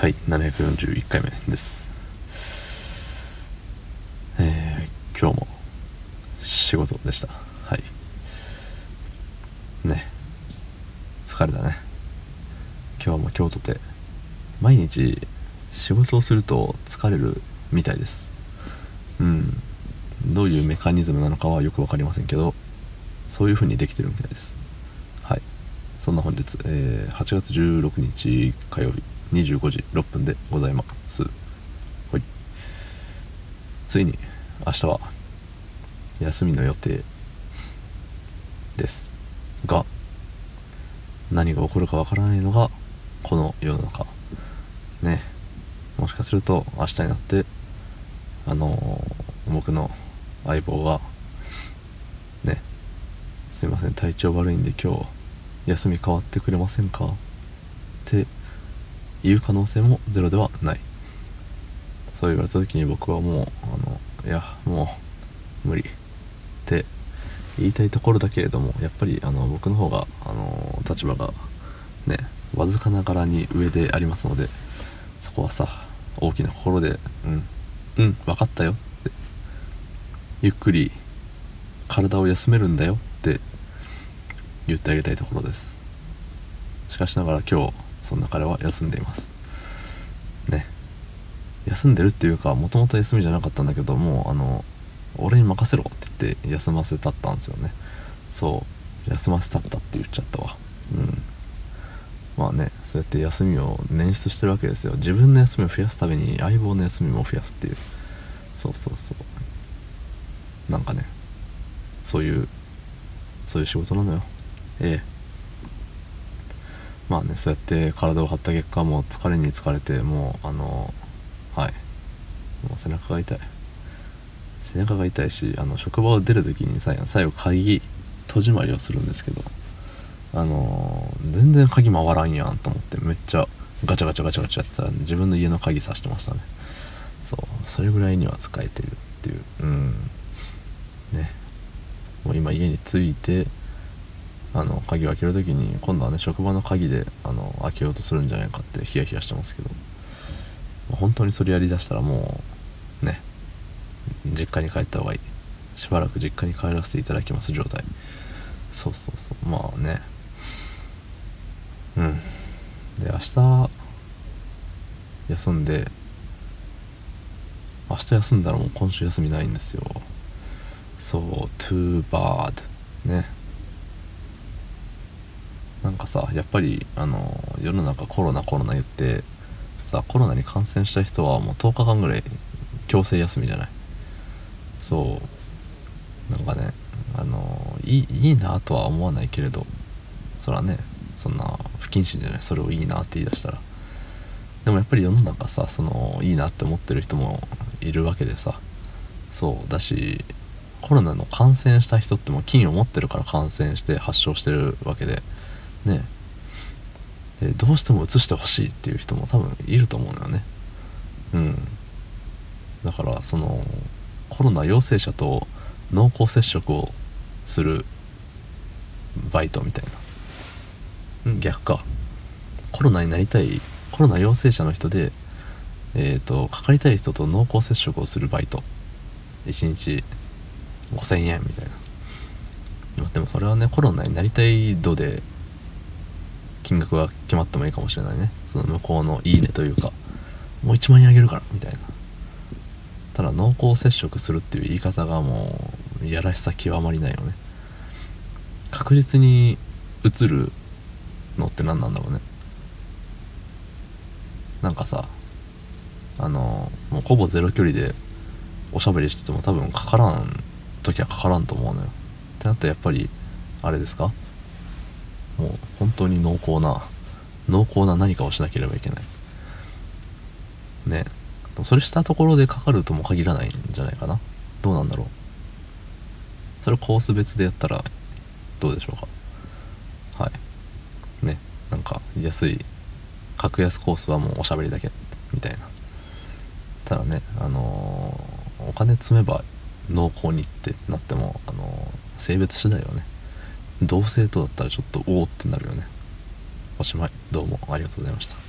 はい、741回目です。今日も仕事でした。はい。ね、疲れたね。今日も今日とて毎日仕事をすると疲れるみたいです。どういうメカニズムなのかはよくわかりませんけど、そういう風にできてるみたいです。はい。そんな本日、8月16日火曜日25時6分でございます。はい。ついに明日は休みの予定ですが、何が起こるかわからないのがこの世の中ね。もしかすると明日になって僕の相棒がね、すいません体調悪いんで今日休み変わってくれませんかっていう可能性もゼロではない。そう言われた時に僕はもういやもう無理って言いたいところだけれども、やっぱり僕の方が立場がねわずかながらに上でありますので、そこはさ大きな心で分かったよってゆっくり体を休めるんだよって言ってあげたいところです。しかしながら今日そんな彼は休んでいますね。休んでるっていうか、もともと休みじゃなかったんだけども俺に任せろって言って休ませたったんですよね。そう休ませたったって言っちゃったわ。まあね、そうやって休みを捻出してるわけですよ。自分の休みを増やすために相棒の休みも増やすっていう、そうなんかね、そういう仕事なのよ。まあね、そうやって体を張った結果、もう疲れに疲れて、もうもう背中が痛いし、職場を出るときに最後鍵戸締まりをするんですけど、全然鍵回らんやんと思って、めっちゃガチャガチャやってたら自分の家の鍵さしてましたね。それぐらいには使えてるっていうね。もう今家に着いて鍵を開けるときに今度はね、職場の鍵で開けようとするんじゃないかってヒヤヒヤしてますけど、本当にそれやりだしたらもうね、実家に帰った方がいい。しばらく実家に帰らせていただきます状態。まあね、で明日休んで、明日休んだらもう今週休みないんですよ。too bad ね。なんかさ、やっぱり世の中コロナ言ってさ、コロナに感染した人はもう10日間ぐらい強制休みじゃない。なんかね、いいなとは思わないけれど、そらね、そんな不謹慎じゃない、それをいいなって言い出したら。でもやっぱり世の中さ、いいなって思ってる人もいるわけでさ、そうだし、コロナの感染した人ってもう菌を持ってるから感染して発症してるわけでね。でどうしても移してほしいっていう人も多分いると思うのよね。だからコロナ陽性者と濃厚接触をするバイトみたいな、逆か、コロナ陽性者の人でかかりたい人と濃厚接触をするバイト、1日5000円みたいな。でもそれはね、コロナになりたい度で金額が決まってもいいかもしれないね。その向こうのいいねというか、もう1万円あげるからみたいな。ただ濃厚接触するっていう言い方がもうやらしさ極まりないよね。確実に移るのって何なんだろうね。なんかさ、もうほぼゼロ距離でおしゃべりしてても多分かからん時はかからんと思うのよ。ってなったらやっぱりあれですか、もう本当に濃厚な何かをしなければいけないね。それしたところでかかるとも限らないんじゃないかな。どうなんだろう。それコース別でやったらどうでしょうか。はいね。なんか格安コースはもうおしゃべりだけみたいな。ただね、お金積めば濃厚にってなっても性別次第よね。同性とだったらちょっとおおってなるよね。おしまい。どうもありがとうございました。